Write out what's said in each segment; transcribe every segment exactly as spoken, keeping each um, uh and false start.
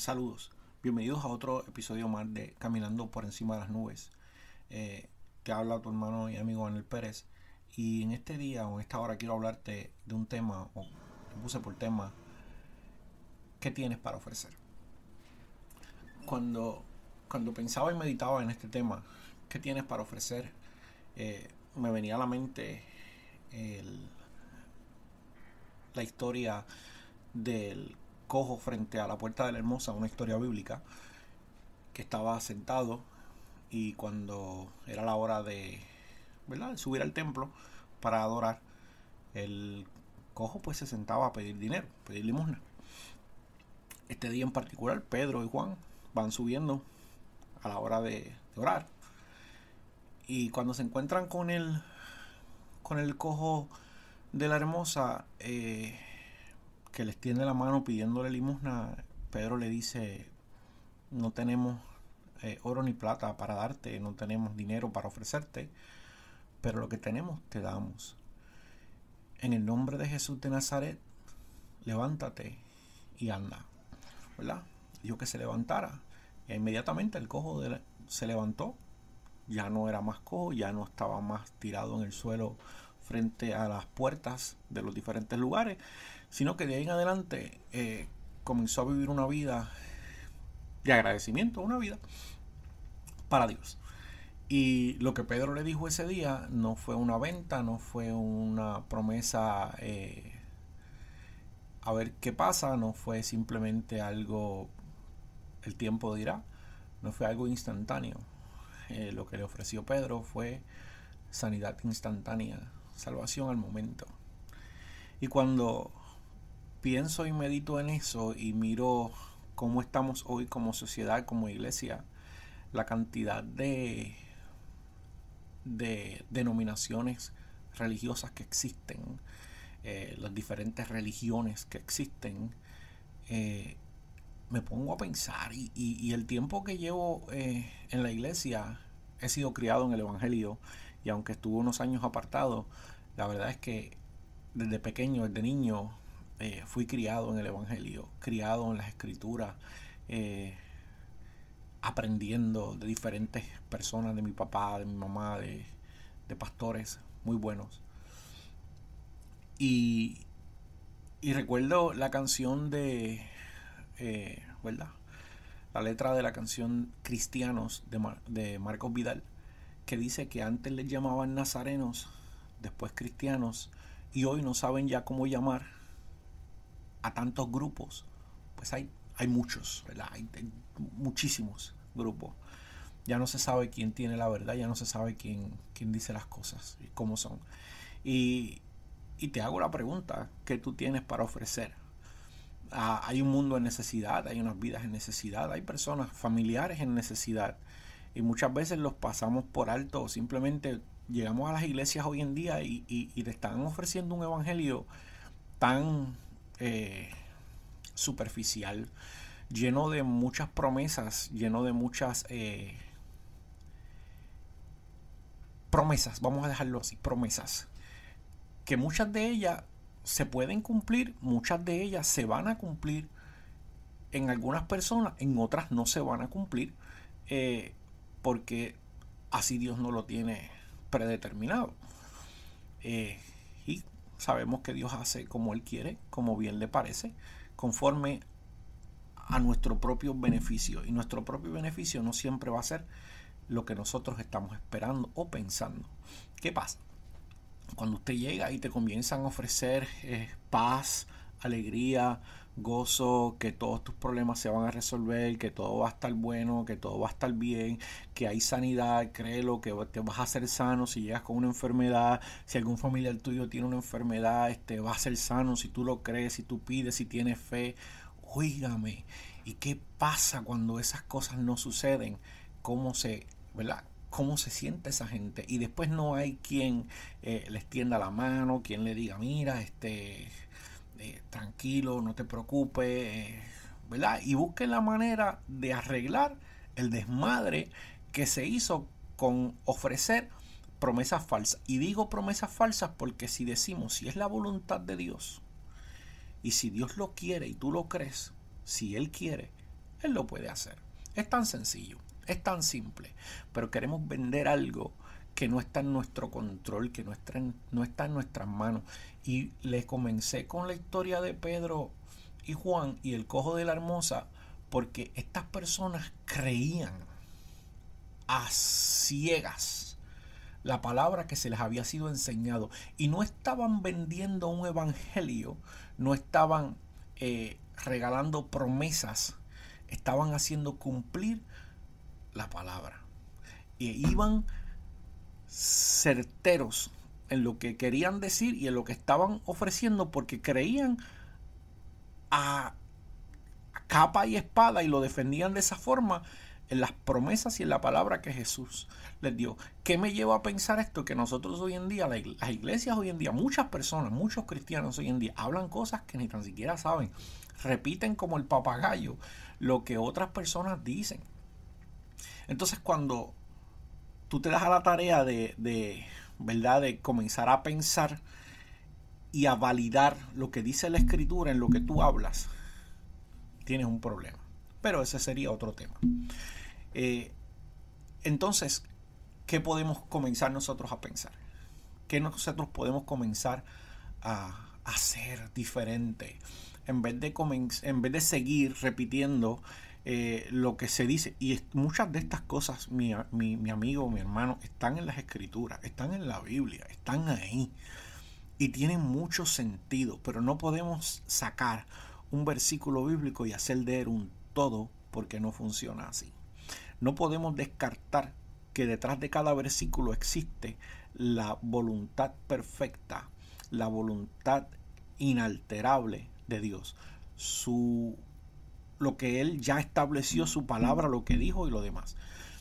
Saludos, bienvenidos a otro episodio más de Caminando por encima de las nubes. Eh, te habla tu hermano y amigo Daniel Pérez. Y en este día o en esta hora quiero hablarte de un tema, o lo puse por tema, ¿qué tienes para ofrecer? Cuando, cuando pensaba y meditaba en este tema, ¿qué tienes para ofrecer? Eh, me venía a la mente el, la historia del cojo frente a la puerta de la hermosa, una historia bíblica, que estaba sentado y cuando era la hora de, ¿verdad?, de subir al templo para adorar, el cojo pues se sentaba a pedir dinero, pedir limosna. Este día en particular, Pedro y Juan van subiendo a la hora de, de orar, y cuando se encuentran con el con el cojo de la hermosa, eh, que les tiende la mano pidiéndole limosna, Pedro le dice: no tenemos eh, oro ni plata para darte, no tenemos dinero para ofrecerte, pero lo que tenemos te damos. En el nombre de Jesús de Nazaret, levántate y anda, ¿verdad? Dijo que se levantara, e inmediatamente el cojo de la, se levantó. Ya no era más cojo, ya no estaba más tirado en el suelo frente a las puertas de los diferentes lugares, sino que de ahí en adelante eh, comenzó a vivir una vida de agradecimiento, una vida para Dios. Y lo que Pedro le dijo ese día no fue una venta, no fue una promesa eh, a ver qué pasa, no fue simplemente algo, el tiempo dirá, no fue algo instantáneo. Eh, lo que le ofreció Pedro fue sanidad instantánea, salvación al momento. Y cuando pienso y medito en eso y miro cómo estamos hoy como sociedad, como iglesia, la cantidad de, de denominaciones religiosas que existen, eh, las diferentes religiones que existen, eh, me pongo a pensar y, y, y el tiempo que llevo eh, en la iglesia, he sido criado en el evangelio, y aunque estuve unos años apartado, la verdad es que desde pequeño, desde niño, eh, fui criado en el evangelio, criado en las escrituras, eh, aprendiendo de diferentes personas, de mi papá, de mi mamá, de, de pastores muy buenos. Y, y recuerdo la canción de, eh, ¿verdad?, la letra de la canción Cristianos de, Mar- de Marcos Vidal, que dice que antes les llamaban nazarenos, después cristianos, y hoy no saben ya cómo llamar a tantos grupos. Pues hay, hay muchos, ¿verdad? Hay, hay muchísimos grupos. Ya no se sabe quién tiene la verdad, ya no se sabe quién, quién dice las cosas y cómo son. Y, y te hago la pregunta: ¿qué tú tienes para ofrecer? Ah, hay un mundo en necesidad, hay unas vidas en necesidad, hay personas, familiares en necesidad, y muchas veces los pasamos por alto, o simplemente llegamos a las iglesias hoy en día y, y, y te están ofreciendo un evangelio tan eh, superficial, lleno de muchas promesas, lleno de muchas eh, promesas, vamos a dejarlo así, promesas, que muchas de ellas se pueden cumplir, muchas de ellas se van a cumplir en algunas personas, en otras no se van a cumplir, eh, porque así Dios no lo tiene predeterminado. Eh, y sabemos que Dios hace como Él quiere, como bien le parece, conforme a nuestro propio beneficio. Y nuestro propio beneficio no siempre va a ser lo que nosotros estamos esperando o pensando. ¿Qué pasa? Cuando usted llega y te comienzan a ofrecer eh, paz, alegría, gozo, que todos tus problemas se van a resolver, que todo va a estar bueno, que todo va a estar bien, que hay sanidad, créelo, que te vas a ser sano si llegas con una enfermedad, si algún familiar tuyo tiene una enfermedad, este, va a ser sano si tú lo crees, si tú pides, si tienes fe. Óigame, ¿y qué pasa cuando esas cosas no suceden? ¿Cómo se, ¿verdad?, cómo se siente esa gente? Y después no hay quien eh, les tienda la mano, quien le diga: mira, este, eh, tranquilo, no te preocupes, eh, ¿verdad? Y busquen la manera de arreglar el desmadre que se hizo con ofrecer promesas falsas. Y digo promesas falsas porque si decimos, si es la voluntad de Dios, y si Dios lo quiere y tú lo crees, si Él quiere, Él lo puede hacer. Es tan sencillo, es tan simple, pero queremos vender algo que no está en nuestro control, que no está en, no está en nuestras manos. Y le comencé con la historia de Pedro y Juan y el cojo de la hermosa, porque estas personas creían a ciegas la palabra que se les había sido enseñado y no estaban vendiendo un evangelio, no estaban eh, regalando promesas, estaban haciendo cumplir la palabra y iban certeros en lo que querían decir y en lo que estaban ofreciendo, porque creían a, a capa y espada y lo defendían de esa forma en las promesas y en la palabra que Jesús les dio. ¿Qué me lleva a pensar esto? Que nosotros hoy en día, las iglesias hoy en día, muchas personas, muchos cristianos hoy en día hablan cosas que ni tan siquiera saben, repiten como el papagayo lo que otras personas dicen. Entonces, cuando tú te das a la tarea de, de, ¿verdad?, de comenzar a pensar y a validar lo que dice la Escritura en lo que tú hablas, tienes un problema. Pero ese sería otro tema. Eh, entonces, ¿qué podemos comenzar nosotros a pensar? ¿Qué nosotros podemos comenzar a hacer diferente? En vez de, comenz- en vez de seguir repitiendo eh, lo que se dice. Y es, muchas de estas cosas, mi, mi, mi amigo, mi hermano, están en las Escrituras, están en la Biblia, están ahí. Y tienen mucho sentido, pero no podemos sacar un versículo bíblico y hacer de él un todo, porque no funciona así. No podemos descartar que detrás de cada versículo existe la voluntad perfecta, la voluntad inalterable de Dios, su, lo que Él ya estableció, su palabra, lo que dijo y lo demás.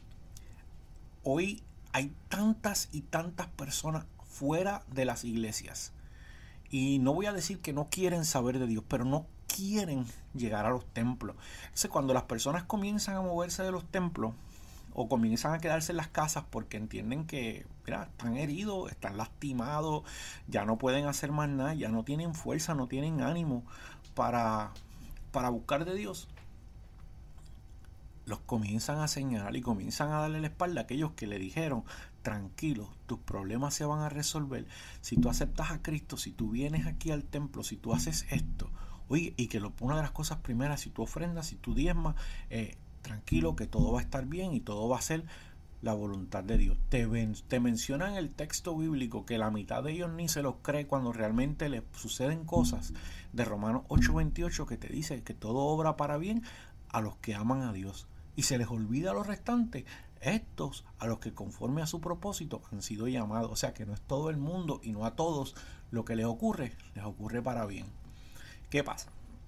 Hoy hay tantas y tantas personas fuera de las iglesias, y no voy a decir que no quieren saber de Dios, pero no quieren llegar a los templos. Entonces, cuando las personas comienzan a moverse de los templos o comienzan a quedarse en las casas porque entienden que, mira, están heridos, están lastimados, ya no pueden hacer más nada, ya no tienen fuerza, no tienen ánimo para, para buscar de Dios, los comienzan a señalar y comienzan a darle la espalda a aquellos que le dijeron: tranquilo, tus problemas se van a resolver si tú aceptas a Cristo, si tú vienes aquí al templo, si tú haces esto. Oye, y que lo, una de las cosas primeras, si tú ofrendas, si tú diezmas, eh, tranquilo, que todo va a estar bien y todo va a ser la voluntad de Dios. Te, ven, te mencionan el texto bíblico que la mitad de ellos ni se los cree cuando realmente les suceden cosas, de Romanos ocho veintiocho, que te dice que todo obra para bien a los que aman a Dios. Y se les olvida a los restantes, estos a los que conforme a su propósito han sido llamados. O sea que no es todo el mundo y no a todos lo que les ocurre, les ocurre para bien. ¿Qué pasa?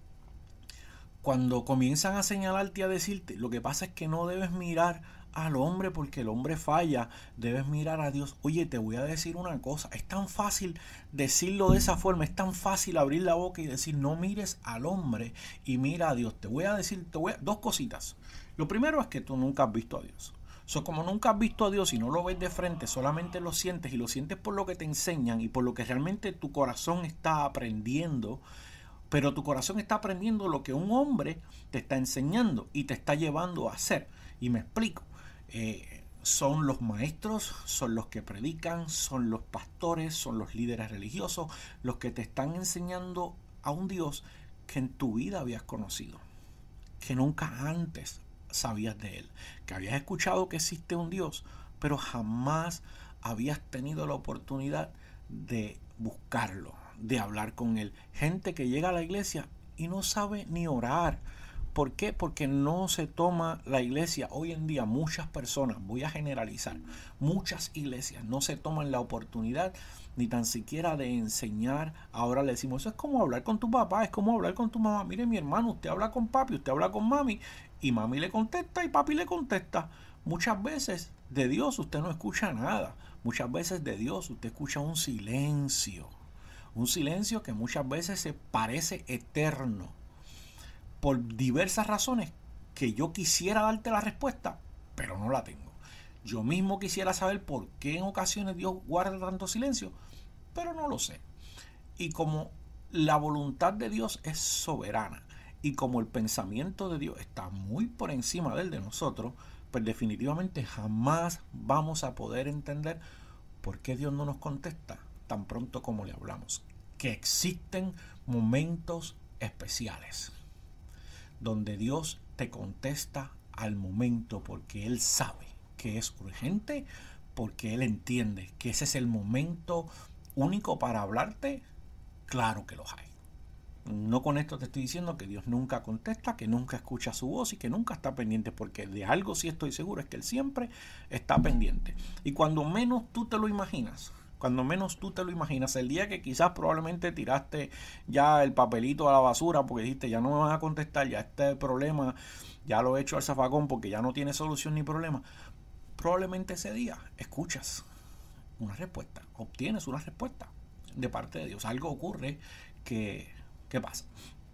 Cuando comienzan a señalarte y a decirte, lo que pasa es que no debes mirar al hombre porque el hombre falla, debes mirar a Dios. Oye, te voy a decir una cosa, es tan fácil decirlo de esa forma, es tan fácil abrir la boca y decir no mires al hombre y mira a Dios. Te voy a decir te voy a, dos cositas. Lo primero es que tú nunca has visto a Dios. So, como nunca has visto a Dios y no lo ves de frente, solamente lo sientes, y lo sientes por lo que te enseñan y por lo que realmente tu corazón está aprendiendo. Pero tu corazón está aprendiendo lo que un hombre te está enseñando y te está llevando a hacer. Y me explico. Eh, son los maestros, son los que predican, son los pastores, son los líderes religiosos, los que te están enseñando a un Dios que en tu vida habías conocido, que nunca antes sabías de él, que habías escuchado que existe un Dios, pero jamás habías tenido la oportunidad de buscarlo, de hablar con él. Gente que llega a la iglesia y no sabe ni orar. ¿Por qué? Porque no se toma la iglesia. Hoy en día muchas personas, voy a generalizar, muchas iglesias no se toman la oportunidad ni tan siquiera de enseñar. Ahora le decimos, eso es como hablar con tu papá, es como hablar con tu mamá. Mire, mi hermano, usted habla con papi, usted habla con mami, y mami le contesta y papi le contesta. Muchas veces de Dios usted no escucha nada. Muchas veces de Dios usted escucha un silencio. Un silencio que muchas veces se parece eterno. Por diversas razones que yo quisiera darte la respuesta, pero no la tengo. Yo mismo quisiera saber por qué en ocasiones Dios guarda tanto silencio, pero no lo sé. Y como la voluntad de Dios es soberana Y como el pensamiento de Dios está muy por encima del de nosotros, pues definitivamente jamás vamos a poder entender por qué Dios no nos contesta tan pronto como le hablamos. Que existen momentos especiales donde Dios te contesta al momento porque Él sabe que es urgente, porque Él entiende que ese es el momento único para hablarte. Claro que los hay. No con esto te estoy diciendo que Dios nunca contesta, que nunca escucha su voz y que nunca está pendiente, porque de algo sí estoy seguro, es que Él siempre está pendiente. Y cuando menos tú te lo imaginas, cuando menos tú te lo imaginas, el día que quizás probablemente tiraste ya el papelito a la basura porque dijiste ya no me van a contestar, ya este problema ya lo he hecho al zafacón porque ya no tiene solución ni problema, probablemente ese día escuchas una respuesta, obtienes una respuesta de parte de Dios. Algo ocurre que, ¿qué pasa?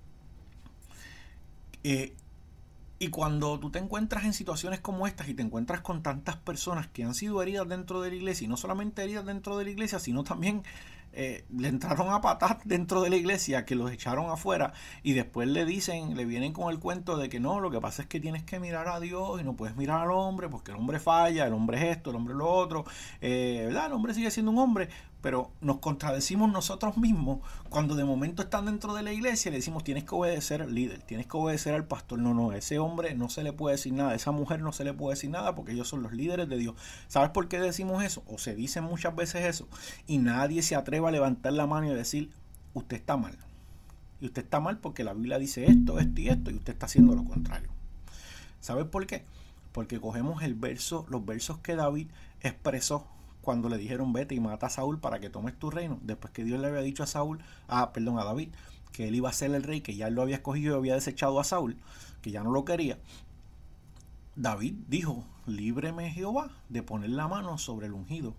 Eh, y cuando tú te encuentras en situaciones como estas y te encuentras con tantas personas que han sido heridas dentro de la iglesia, y no solamente heridas dentro de la iglesia, sino también eh, le entraron a patas dentro de la iglesia, que los echaron afuera, y después le dicen, le vienen con el cuento de que no, lo que pasa es que tienes que mirar a Dios y no puedes mirar al hombre porque el hombre falla, el hombre es esto, el hombre es lo otro, eh, ¿verdad? El hombre sigue siendo un hombre, pero nos contradecimos nosotros mismos cuando de momento están dentro de la iglesia y le decimos tienes que obedecer al líder, tienes que obedecer al pastor. No, no, ese hombre no se le puede decir nada, esa mujer no se le puede decir nada porque ellos son los líderes de Dios. ¿Sabes por qué decimos eso? O se dice muchas veces eso y nadie se atreve a levantar la mano y decir usted está mal. Y usted está mal porque la Biblia dice esto, esto y esto y usted está haciendo lo contrario. ¿Sabes por qué? Porque cogemos el verso, los versos que David expresó cuando le dijeron vete y mata a Saúl para que tomes tu reino, después que Dios le había dicho a Saúl, ah, perdón, a David, que él iba a ser el rey, que ya él lo había escogido y había desechado a Saúl, que ya no lo quería. David dijo, líbreme Jehová de poner la mano sobre el ungido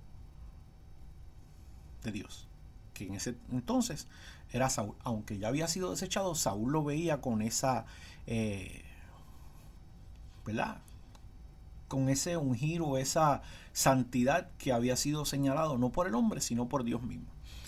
de Dios, que en ese entonces era Saúl. Aunque ya había sido desechado, Saúl lo veía con esa, eh, ¿verdad? Con ese ungir o esa santidad que había sido señalado no por el hombre sino por Dios mismo.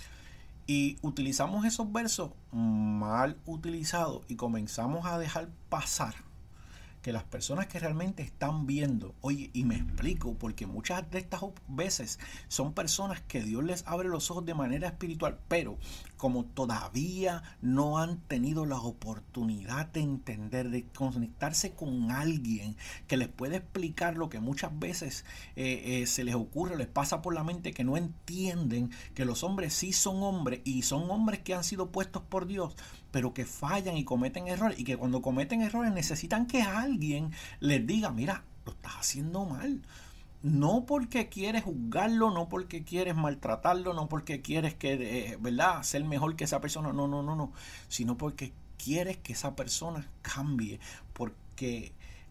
Y utilizamos esos versos mal utilizados y comenzamos a dejar pasar que las personas que realmente están viendo, oye, y me explico, porque muchas de estas veces son personas que Dios les abre los ojos de manera espiritual, pero como todavía no han tenido la oportunidad de entender, de conectarse con alguien que les puede explicar lo que muchas veces eh, eh, se les ocurre, les pasa por la mente, que no entienden que los hombres sí son hombres y son hombres que han sido puestos por Dios, pero que fallan y cometen errores, y que cuando cometen errores necesitan que alguien les diga, mira, lo estás haciendo mal. No porque quieres juzgarlo, no porque quieres maltratarlo, no porque quieres que, eh, ¿verdad?, ser mejor que esa persona, no, no, no, no, sino porque quieres que esa persona cambie, porque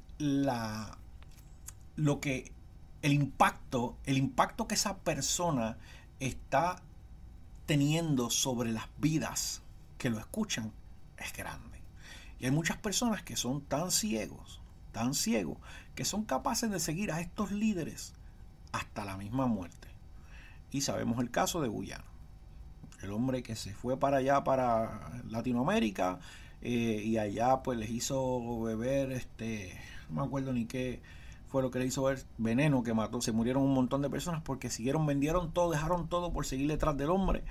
la, lo que, el impacto, el impacto que esa persona está teniendo sobre las vidas que lo escuchan es grande. Y hay muchas personas que son tan ciegos, tan ciegos, que son capaces de seguir a estos líderes hasta la misma muerte. Y sabemos el caso de Guyana, el hombre que se fue para allá, para Latinoamérica, eh, y allá pues les hizo beber, este, no me acuerdo ni qué fue lo que le hizo ver, veneno que mató, se murieron un montón de personas porque siguieron, vendieron todo, dejaron todo por seguir detrás del hombre,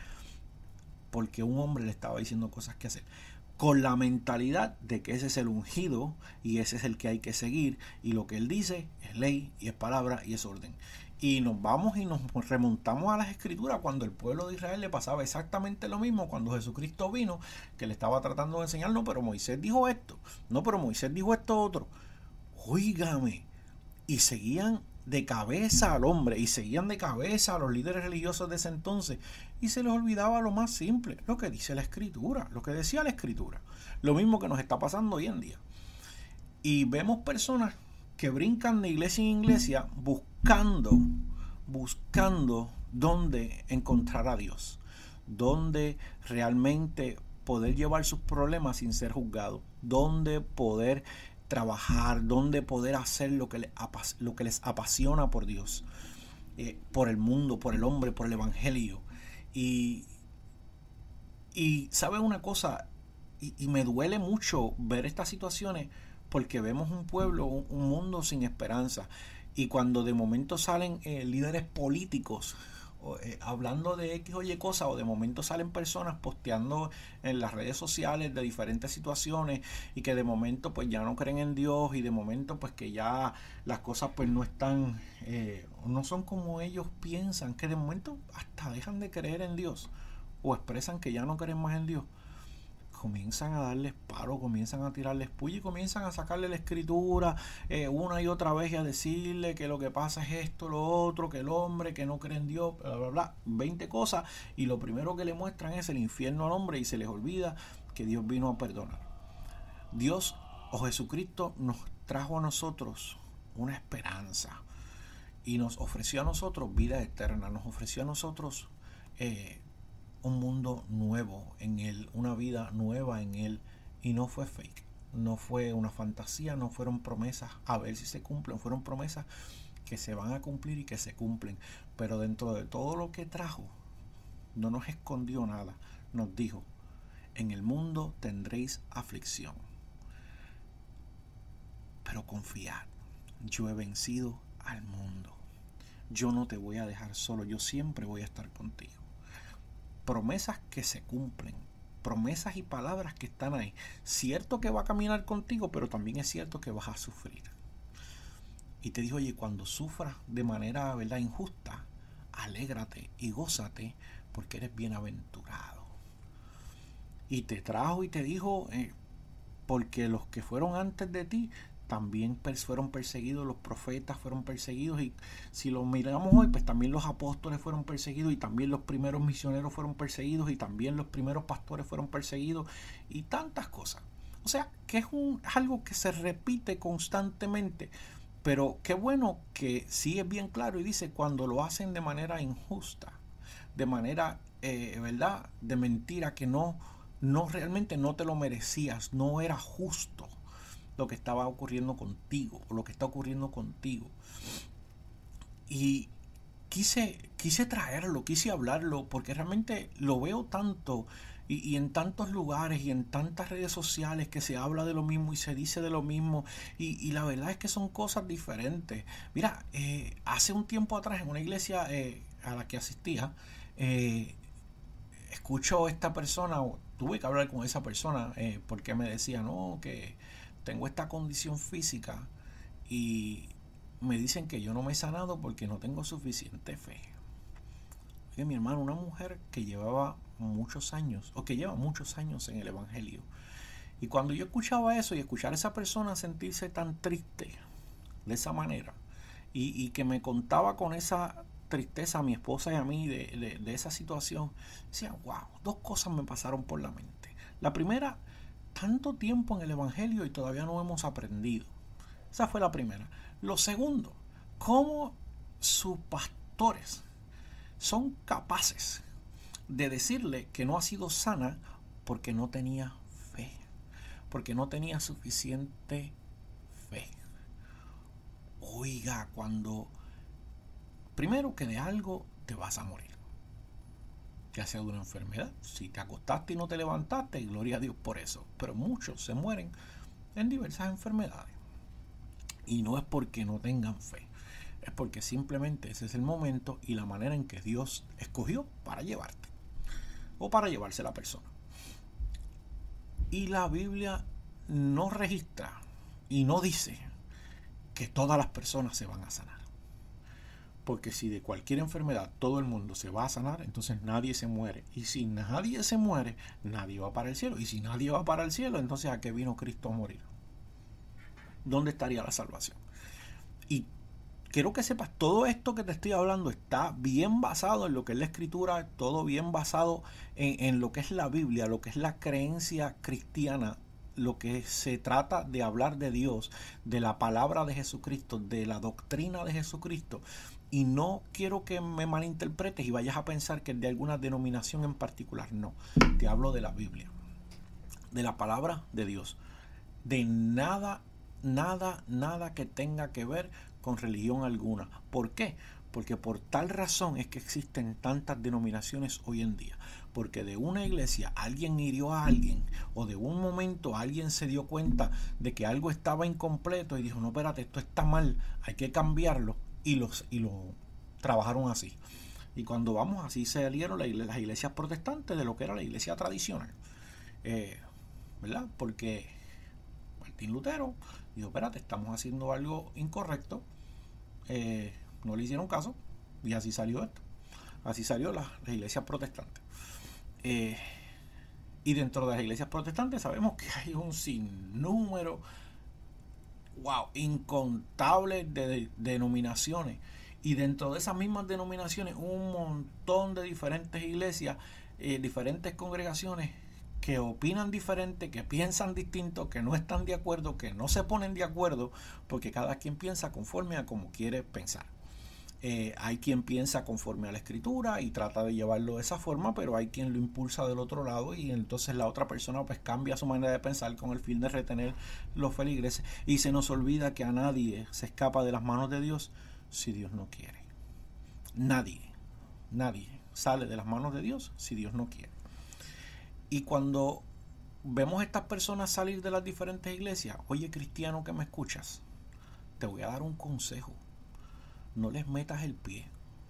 porque un hombre le estaba diciendo cosas que hacer, con la mentalidad de que ese es el ungido y ese es el que hay que seguir, y lo que él dice es ley y es palabra y es orden. Y nos vamos y nos remontamos a las escrituras cuando el pueblo de Israel le pasaba exactamente lo mismo cuando Jesucristo vino, que le estaba tratando de enseñar, no, pero Moisés dijo esto, no, pero Moisés dijo esto otro, óigame, y seguían de cabeza al hombre y seguían de cabeza a los líderes religiosos de ese entonces, y se les olvidaba lo más simple, lo que dice la escritura, lo que decía la escritura, lo mismo que nos está pasando hoy en día. Y vemos personas que brincan de iglesia en iglesia buscando buscando dónde encontrar a Dios, dónde realmente poder llevar sus problemas sin ser juzgado, dónde poder trabajar, dónde poder hacer lo que les, apas- lo que les apasiona por Dios, eh, por el mundo, por el hombre, por el evangelio. Y, y ¿sabe una cosa? y, y me duele mucho ver estas situaciones porque vemos un pueblo, un, un mundo sin esperanza. Y cuando de momento salen eh, líderes políticos o, eh, hablando de X o Y cosas, o de momento salen personas posteando en las redes sociales de diferentes situaciones y que de momento pues ya no creen en Dios, y de momento pues que ya las cosas pues no están, eh, no son como ellos piensan, que de momento hasta dejan de creer en Dios o expresan que ya no creen más en Dios, comienzan a darles paro, comienzan a tirarles puya y comienzan a sacarle la escritura eh, una y otra vez y a decirle que lo que pasa es esto, lo otro, que el hombre que no cree en Dios, bla, bla, bla, veinte cosas, y lo primero que le muestran es el infierno al hombre y se les olvida que Dios vino a perdonar. Dios o Jesucristo nos trajo a nosotros una esperanza y nos ofreció a nosotros vida eterna, nos ofreció a nosotros eh, un mundo nuevo en Él, una vida nueva en Él, y no fue fake, no fue una fantasía, no fueron promesas a ver si se cumplen, fueron promesas que se van a cumplir y que se cumplen. Pero dentro de todo lo que trajo, no nos escondió nada, nos dijo: en el mundo tendréis aflicción, pero confiad, yo he vencido al mundo, yo no te voy a dejar solo, yo siempre voy a estar contigo. Promesas que se cumplen, promesas y palabras que están ahí. Cierto que va a caminar contigo, pero también es cierto que vas a sufrir. Y te dijo: oye, cuando sufras de manera, ¿verdad?, injusta, alégrate y gózate, porque eres bienaventurado. Y te trajo y te dijo, eh, porque los que fueron antes de ti también fueron perseguidos, los profetas fueron perseguidos, y si lo miramos hoy, pues también los apóstoles fueron perseguidos, y también los primeros misioneros fueron perseguidos, y también los primeros pastores fueron perseguidos, y tantas cosas. O sea, que es, un, es algo que se repite constantemente, pero qué bueno que sí es bien claro y dice: cuando lo hacen de manera injusta, de manera, eh, ¿verdad?, de mentira, que no, no realmente no te lo merecías, no era justo lo que estaba ocurriendo contigo o lo que está ocurriendo contigo. Y quise, quise traerlo, quise hablarlo, porque realmente lo veo tanto y, y en tantos lugares y en tantas redes sociales que se habla de lo mismo y se dice de lo mismo, y, y la verdad es que son cosas diferentes. Mira, eh, hace un tiempo atrás en una iglesia eh, a la que asistía, eh, escucho a esta persona, tuve que hablar con esa persona eh, porque me decía: no, que tengo esta condición física y me dicen que yo no me he sanado porque no tengo suficiente fe. Oye, mi hermano, una mujer que llevaba muchos años, o que lleva muchos años en el evangelio, y cuando yo escuchaba eso y escuchar a esa persona sentirse tan triste de esa manera, y, y que me contaba con esa tristeza a mi esposa y a mí de, de, de esa situación, decía: wow, dos cosas me pasaron por la mente. La primera: tanto tiempo en el evangelio y todavía no hemos aprendido. Esa fue la primera. Lo segundo: cómo sus pastores son capaces de decirle que no ha sido sana porque no tenía fe, porque no tenía suficiente fe. Oiga, cuando primero que de algo te vas a morir, ya sea de una enfermedad, si te acostaste y no te levantaste, gloria a Dios por eso, pero muchos se mueren en diversas enfermedades, y no es porque no tengan fe, es porque simplemente ese es el momento y la manera en que Dios escogió para llevarte o para llevarse a la persona. Y la Biblia no registra y no dice que todas las personas se van a sanar. Porque si de cualquier enfermedad todo el mundo se va a sanar, entonces nadie se muere. Y si nadie se muere, nadie va para el cielo. Y si nadie va para el cielo, entonces ¿a qué vino Cristo a morir? ¿Dónde estaría la salvación? Y quiero que sepas, todo esto que te estoy hablando está bien basado en lo que es la Escritura, todo bien basado en, en lo que es la Biblia, lo que es la creencia cristiana, lo que se trata de hablar de Dios, de la palabra de Jesucristo, de la doctrina de Jesucristo. Y no quiero que me malinterpretes y vayas a pensar que es de alguna denominación en particular. No, te hablo de la Biblia, de la palabra de Dios, de nada, nada, nada que tenga que ver con religión alguna. ¿Por qué? Porque por tal razón es que existen tantas denominaciones hoy en día. Porque de una iglesia alguien hirió a alguien, o de un momento alguien se dio cuenta de que algo estaba incompleto y dijo, no, espérate, esto está mal, hay que cambiarlo, y, los, y lo trabajaron así. Y cuando vamos, así se salieron las iglesias protestantes de lo que era la iglesia tradicional. Eh, ¿Verdad? Porque Martín Lutero dijo, espérate, estamos haciendo algo incorrecto. Eh, no le hicieron caso y así salió esto. Así salió la, la iglesia protestante. Eh, y dentro de las iglesias protestantes sabemos que hay un sinnúmero, wow, incontable de, de denominaciones. Y dentro de esas mismas denominaciones un montón de diferentes iglesias, eh, diferentes congregaciones que opinan diferente, que piensan distinto, que no están de acuerdo, que no se ponen de acuerdo, porque cada quien piensa conforme a como quiere pensar. Eh, hay quien piensa conforme a la escritura y trata de llevarlo de esa forma, pero hay quien lo impulsa del otro lado y entonces la otra persona pues cambia su manera de pensar con el fin de retener los feligreses, y se nos olvida que a nadie se escapa de las manos de Dios si Dios no quiere. Nadie, nadie sale de las manos de Dios si Dios no quiere. Y cuando vemos a estas personas salir de las diferentes iglesias, oye, cristiano que me escuchas, te voy a dar un consejo. No les metas el pie,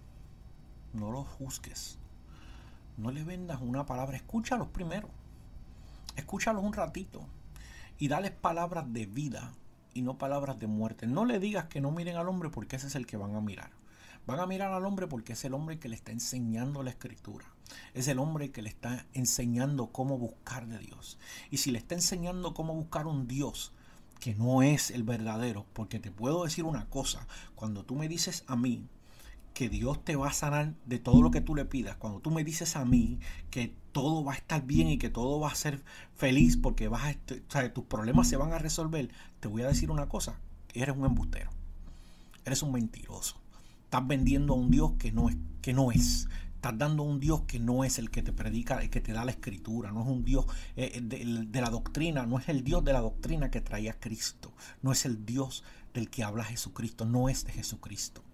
no los juzgues, no les vendas una palabra, escúchalos primero, escúchalos un ratito y dales palabras de vida y no palabras de muerte. No le digas que no miren al hombre, porque ese es el que van a mirar. Van a mirar al hombre porque es el hombre que le está enseñando la escritura. Es el hombre que le está enseñando cómo buscar de Dios. Y si le está enseñando cómo buscar un Dios que no es el verdadero, porque te puedo decir una cosa, cuando tú me dices a mí que Dios te va a sanar de todo lo que tú le pidas, cuando tú me dices a mí que todo va a estar bien y que todo va a ser feliz porque vas a, o sea, tus problemas se van a resolver, te voy a decir una cosa, eres un embustero, eres un mentiroso, estás vendiendo a un Dios que no es, que no es. Estás dando a un Dios que no es el que te predica, el que te da la escritura, no es un Dios eh, de, de la doctrina, no es el Dios de la doctrina que traía Cristo, no es el Dios del que habla Jesucristo, no es de Jesucristo.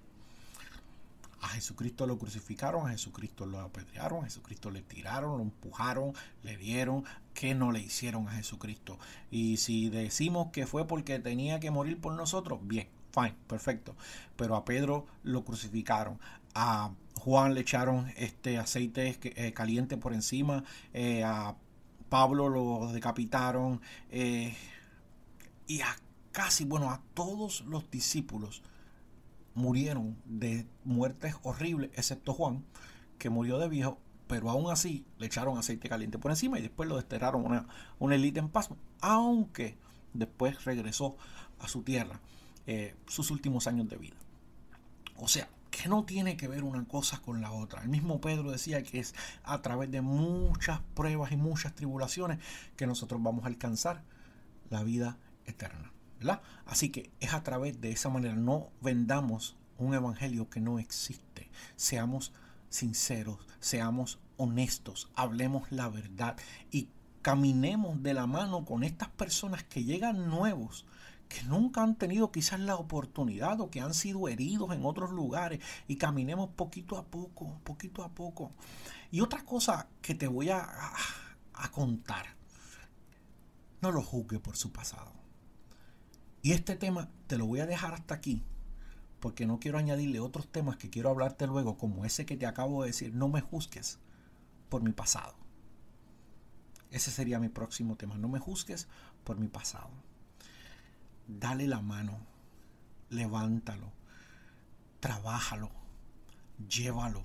A Jesucristo lo crucificaron, a Jesucristo lo apedrearon, a Jesucristo le tiraron, lo empujaron, le dieron, ¿qué no le hicieron a Jesucristo? Y si decimos que fue porque tenía que morir por nosotros, bien, fine, perfecto. Pero a Pedro lo crucificaron, a Juan le echaron este aceite eh, caliente por encima, eh, a Pablo lo decapitaron, eh, y a casi, bueno, a todos los discípulos murieron de muertes horribles, excepto Juan, que murió de viejo, pero aún así le echaron aceite caliente por encima y después lo desterraron una, una élite en paz, aunque después regresó a su tierra eh, sus últimos años de vida. O sea, que no tiene que ver una cosa con la otra. El mismo Pedro decía que es a través de muchas pruebas y muchas tribulaciones que nosotros vamos a alcanzar la vida eterna, ¿verdad? Así que es a través de esa manera. No vendamos un evangelio que no existe. Seamos sinceros, seamos honestos, hablemos la verdad y caminemos de la mano con estas personas que llegan nuevos, que nunca han tenido quizás la oportunidad o que han sido heridos en otros lugares, y caminemos poquito a poco, poquito a poco. Y otra cosa que te voy a, a, a contar, no lo juzgue por su pasado. Y este tema te lo voy a dejar hasta aquí, porque no quiero añadirle otros temas que quiero hablarte luego, como ese que te acabo de decir, no me juzgues por mi pasado. Ese sería mi próximo tema, no me juzgues por mi pasado. Dale la mano, levántalo, trabájalo, llévalo,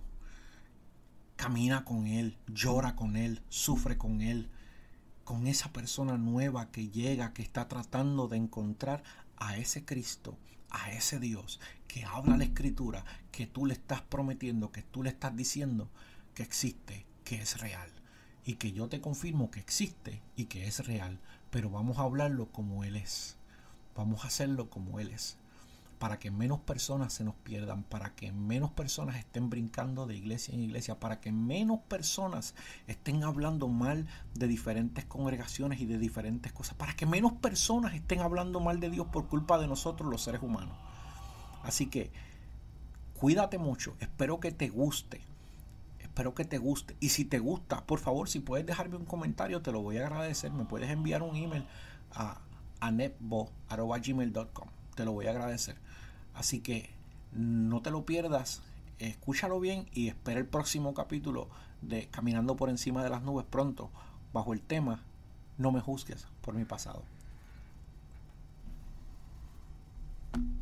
camina con él, llora con él, sufre con él, con esa persona nueva que llega, que está tratando de encontrar a ese Cristo, a ese Dios que habla la escritura, que tú le estás prometiendo, que tú le estás diciendo que existe, que es real. Y que yo te confirmo que existe y que es real, pero vamos a hablarlo como Él es. Vamos a hacerlo como Él es, para que menos personas se nos pierdan, para que menos personas estén brincando de iglesia en iglesia, para que menos personas estén hablando mal de diferentes congregaciones y de diferentes cosas, para que menos personas estén hablando mal de Dios por culpa de nosotros los seres humanos. Así que Cuídate mucho. Espero que te guste. Espero que te guste. Y si te gusta, por favor, si puedes dejarme un comentario, te lo voy a agradecer. Me puedes enviar un email a anetbo arroba gmail punto com. Te lo voy a agradecer. Así que no te lo pierdas. Escúchalo bien y espera el próximo capítulo de Caminando por encima de las nubes pronto, bajo el tema No me juzgues por mi pasado.